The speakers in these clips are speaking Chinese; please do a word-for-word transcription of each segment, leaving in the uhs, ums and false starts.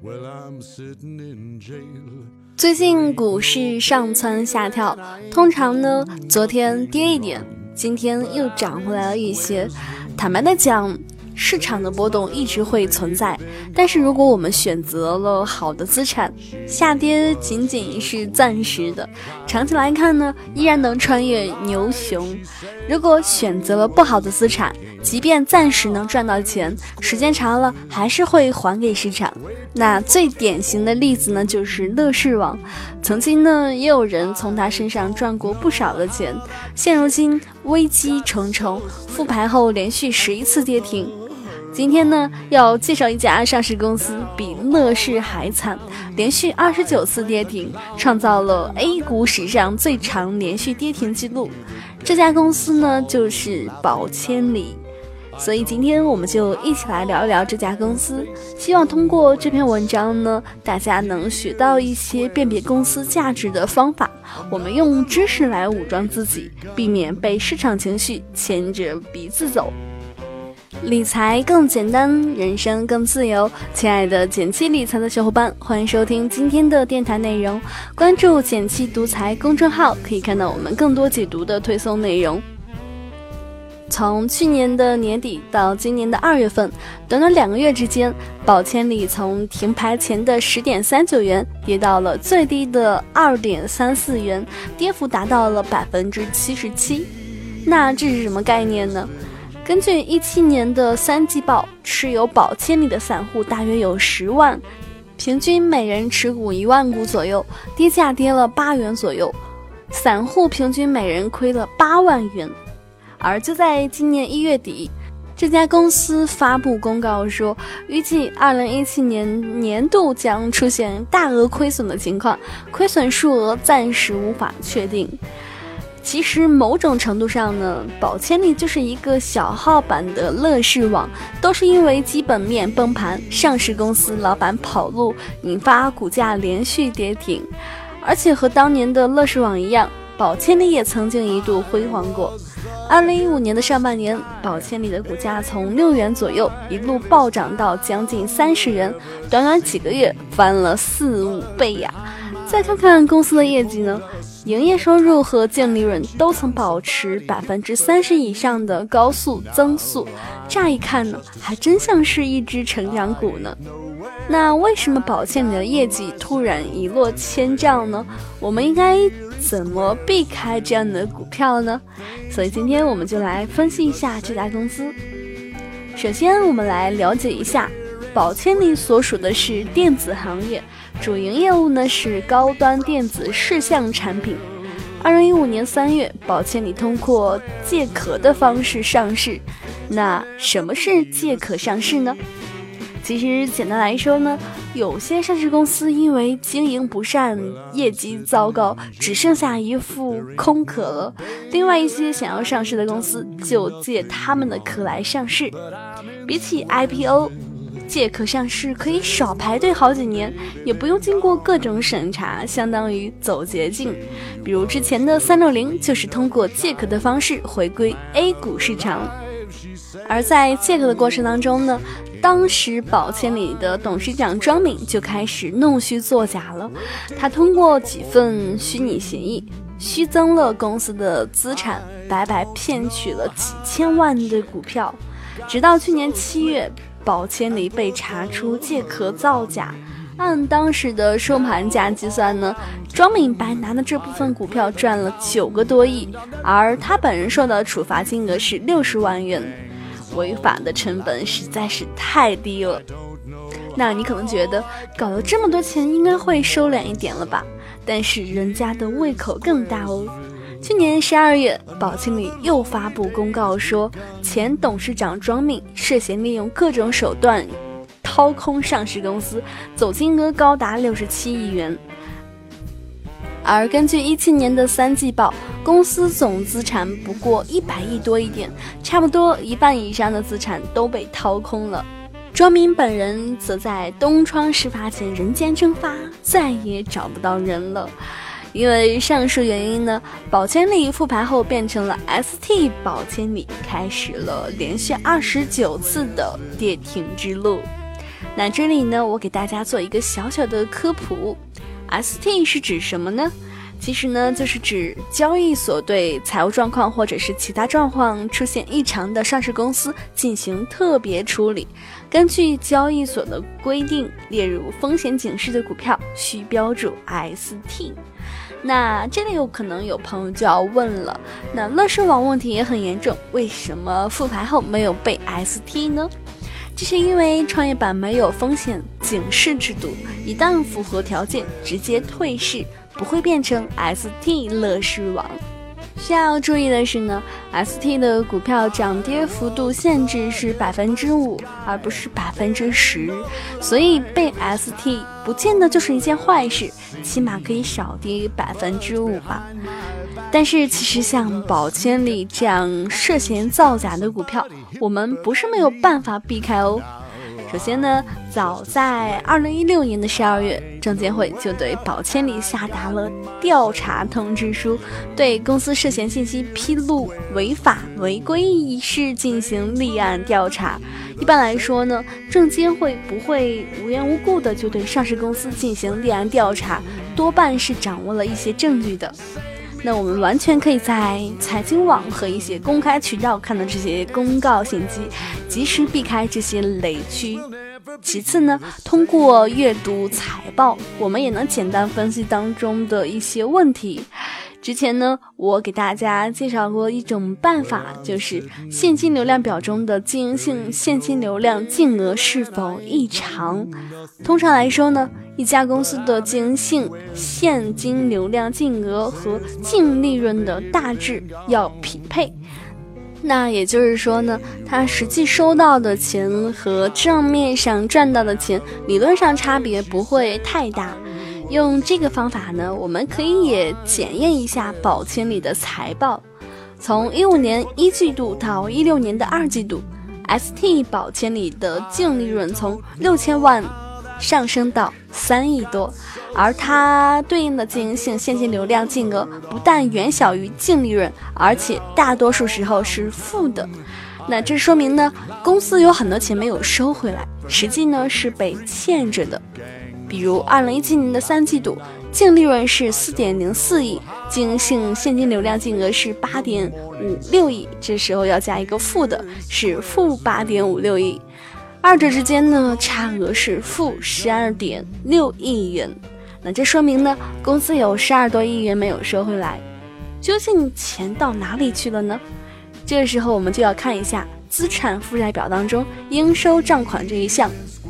最近股市上蹿下跳，通常呢，昨天跌一点，今天又涨回来了一些。坦白的讲，市场的波动一直会存在，但是如果我们选择了好的资产，下跌仅仅是暂时的，长期来看呢，依然能穿越牛熊。如果选择了不好的资产，即便暂时能赚到钱，时间长了还是会还给市场。那最典型的例子呢，就是乐视网。曾经呢，也有人从他身上赚过不少的钱，现如今危机重重，复牌后连续十一次跌停。今天呢，要介绍一家上市公司比乐视还惨，连续二十九次跌停，创造了 A 股史上最长连续跌停记录。这家公司呢，就是宝千里。所以今天我们就一起来聊一聊这家公司，希望通过这篇文章呢，大家能学到一些辨别公司价值的方法。我们用知识来武装自己，避免被市场情绪牵着鼻子走。理财更简单，人生更自由。亲爱的简七理财的小伙伴，欢迎收听今天的电台内容。关注简七独裁公众号，可以看到我们更多解读的推送内容。从去年的年底到今年的二月份，短短两个月之间，宝千里从停牌前的十点三九元跌到了最低的二点三四元，跌幅达到了百分之七十七。那这是什么概念呢？根据一七年的三季报，持有宝千里的散户大约有十万，平均每人持股一万股左右，跌价跌了八元左右，散户平均每人亏了八万元。而就在今年一月底，这家公司发布公告说，预计二零一七年年度将出现大额亏损的情况，亏损数额暂时无法确定。其实某种程度上呢，宝千里就是一个小号版的乐视网，都是因为基本面崩盘，上市公司老板跑路，引发股价连续跌停。而且和当年的乐视网一样，宝千里也曾经一度辉煌过。二零一五年的上半年，宝千里的股价从六元左右一路暴涨到将近三十元，短短几个月翻了四五倍呀！再看看公司的业绩呢，营业收入和净利润都曾保持百分之三十以上的高速增速，乍一看呢，还真像是一只成长股呢。那为什么宝千里的业绩突然一落千丈呢？我们应该怎么避开这样的股票呢？所以今天我们就来分析一下这家公司。首先我们来了解一下，宝千里所属的是电子行业，主营业务呢是高端电子视像产品。二零一五年三月，宝千里通过借壳的方式上市。那什么是借壳上市呢？其实简单来说呢，有些上市公司因为经营不善，业绩糟糕，只剩下一副空壳了。另外一些想要上市的公司就借他们的壳来上市。比起 I P O， 借壳上市可以少排队好几年，也不用经过各种审查，相当于走捷径。比如之前的三六零就是通过借壳的方式回归 A 股市场。而在借壳的过程当中呢，当时宝千里的董事长庄敏就开始弄虚作假了。他通过几份虚拟协议虚增了公司的资产，白白骗取了几千万的股票。直到去年七月，宝千里被查出借壳造假，按当时的收盘价计算呢，庄敏白拿的这部分股票赚了九个多亿，而他本人受到的处罚金额是六十万元。违法的成本实在是太低了。那你可能觉得搞了这么多钱应该会收敛一点了吧，但是人家的胃口更大哦。去年十二月，宝千里又发布公告说，前董事长庄敏涉嫌利用各种手段掏空上市公司，总金额高达六十七亿元。而根据一七年的三季报，公司总资产不过一百亿多一点，差不多一半以上的资产都被掏空了。庄敏本人则在东窗事发前人间蒸发，再也找不到人了。因为上述原因呢，宝千里复牌后变成了 S T 宝千里，开始了连续二十九次的跌停之路。 那这里呢，我给大家做一个小小的科普。S T 是指什么呢？其实呢，就是指交易所对财务状况或者是其他状况出现异常的上市公司进行特别处理，根据交易所的规定列入风险警示的股票需标注 S T。 那这里有可能有朋友就要问了，那乐视网问题也很严重，为什么复牌后没有被 S T 呢？这是因为创业板没有风险警示制度，一旦符合条件直接退市，不会变成 S T 乐视网。需要注意的是呢 ，S T 的股票涨跌幅度限制是百分之五，而不是百分之十，所以被 S T 不见得就是一件坏事，起码可以少跌百分之五吧。但是其实像宝千里这样涉嫌造假的股票，我们不是没有办法避开哦。首先呢，早在二零一六年的十二月，证监会就对宝千里下达了调查通知书，对公司涉嫌信息披露违法违规一事进行立案调查。一般来说呢，证监会不会无缘无故的就对上市公司进行立案调查，多半是掌握了一些证据的。那我们完全可以在财经网和一些公开渠道看到这些公告信息，及时避开这些雷区。其次呢，通过阅读财报，我们也能简单分析当中的一些问题。之前呢，我给大家介绍过一种办法，就是现金流量表中的经营性现金流量净额是否异常。通常来说呢，一家公司的经营性现金流量净额和净利润的大致要匹配。那也就是说呢，它实际收到的钱和账面上赚到的钱理论上差别不会太大。用这个方法呢，我们可以也检验一下宝千里的财报。从一五年一季度到一六年的二季度， S T 宝千里的净利润从六千万上升到三亿多，而它对应的经营性现金流量净额不但远小于净利润，而且大多数时候是负的。那这说明呢，公司有很多钱没有收回来，实际呢是被欠着的。比如二零一七年的三季度，净利润是 四点零四亿，经营性现金流量净额是 八点五六亿，这时候要加一个负的，是负 八点五六亿。二者之间呢，差额是负 十二点六亿元。那这说明呢，公司有十二多亿元没有收回来。究竟钱到哪里去了呢？这个时候我们就要看一下资产负债表当中应收账款这一项。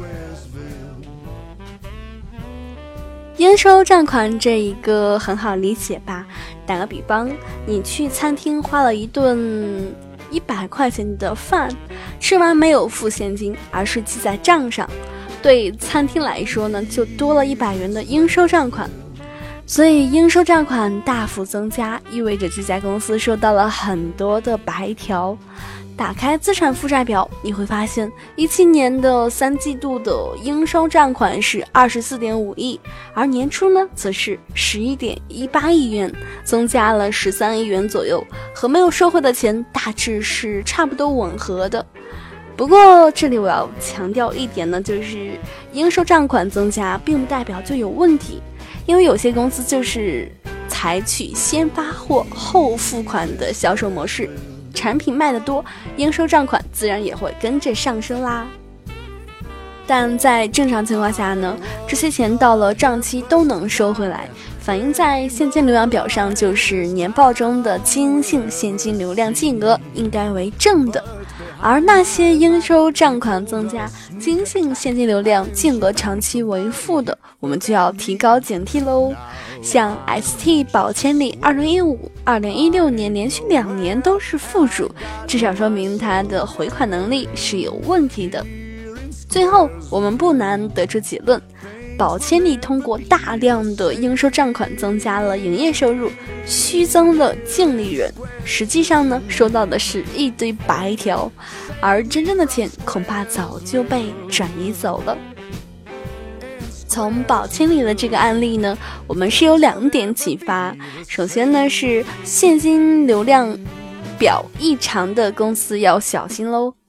应收账款这一个很好理解吧？打个比方，你去餐厅花了一顿一百块钱的饭，吃完没有付现金，而是记在账上，对餐厅来说呢，就多了一百元的应收账款。所以应收账款大幅增加，意味着这家公司收到了很多的白条。打开资产负债表，你会发现一七年的三季度的应收账款是 二十四点五亿，而年初呢则是 十一点一八亿元，增加了十三亿元左右，和没有收回的钱大致是差不多吻合的。不过这里我要强调一点呢，就是应收账款增加并不代表就有问题，因为有些公司就是采取先发货后付款的销售模式，产品卖得多，应收账款自然也会跟着上升啦。但在正常情况下呢，这些钱到了账期都能收回来，反映在现金流量表上，就是年报中的经营性现金流量净额应该为正的。而那些应收账款增加，经营性现金流量净额长期为负的，我们就要提高警惕喽。像 S T 宝千里二零一五、二零一六年连续两年都是负数，至少说明它的回款能力是有问题的。最后，我们不难得出结论，宝千里通过大量的应收账款增加了营业收入，虚增了净利润，实际上呢，收到的是一堆白条，而真正的钱恐怕早就被转移走了。从宝千里的这个案例呢，我们是有两点启发。首先呢，是现金流量表异常的公司要小心喽。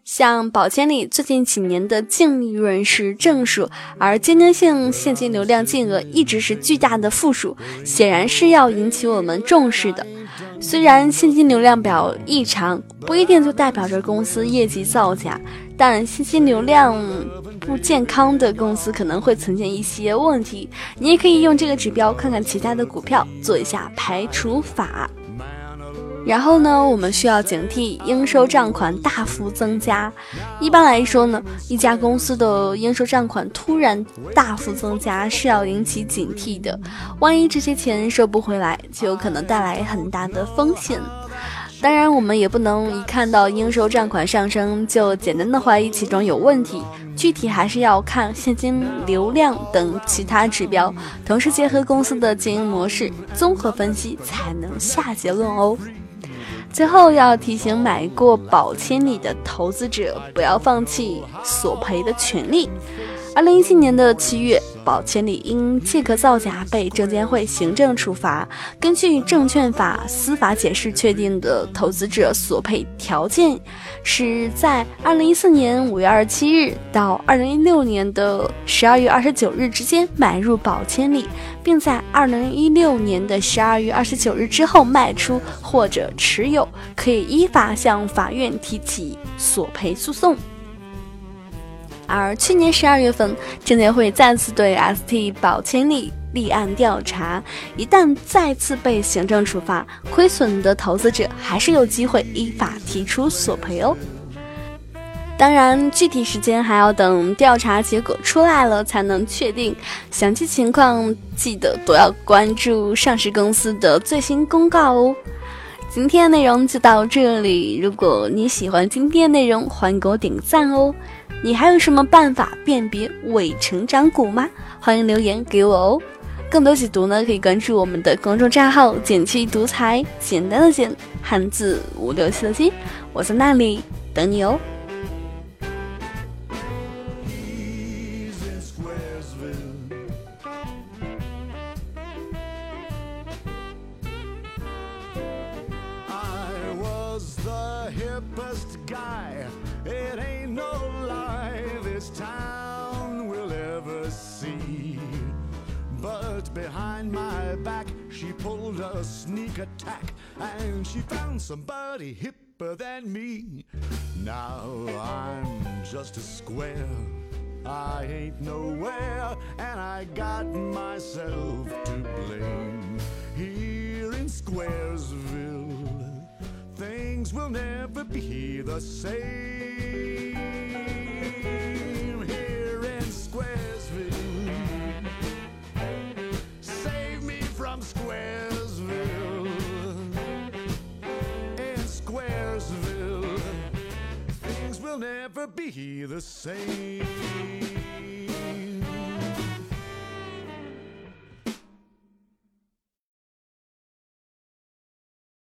像宝千里最近几年的净利润是正数，而今天性现金流量净额一直是巨大的负数，显然是要引起我们重视的。虽然现金流量表异常不一定就代表着公司业绩造假，但现金流量不健康的公司可能会存在一些问题，你也可以用这个指标看看其他的股票，做一下排除法。然后呢，我们需要警惕应收账款大幅增加。一般来说呢，一家公司的应收账款突然大幅增加是要引起警惕的，万一这些钱收不回来，就有可能带来很大的风险。当然，我们也不能一看到应收账款上升就简单的怀疑其中有问题，具体还是要看现金流量等其他指标，同时结合公司的经营模式，综合分析才能下结论哦。最后要提醒买过宝千里的投资者，不要放弃索赔的权利。二零一七年的七月，宝千里因借壳造假被证监会行政处罚。根据证券法司法解释确定的投资者索赔条件，是在二零一四年五月二十七日到二零一六年的十二月二十九日之间买入宝千里，并在二零一六年的十二月二十九日之后卖出或者持有，可以依法向法院提起索赔诉讼。而去年十二月份，证监会再次对 S T 宝千里立案调查，一旦再次被行政处罚，亏损的投资者还是有机会依法提出索赔哦。当然，具体时间还要等调查结果出来了才能确定，详细情况记得都要关注上市公司的最新公告哦。今天的内容就到这里，如果你喜欢今天的内容，欢迎给我点个赞哦。你还有什么办法辨别伪成长股吗？欢迎留言给我哦。更多解读呢，可以关注我们的公众账号简七独裁，简单的简，汉字五六七的七，我在那里等你哦。 It ain't no lie this town will ever see. But behind my back she pulled a sneak attack, and she found somebody hipper than me. Now I'm just a square, I ain't nowhere, and I got myself to blame. Here in Squaresville, things will never be the same. Here in Squaresville, save me from Squaresville. In Squaresville, things will never be the same.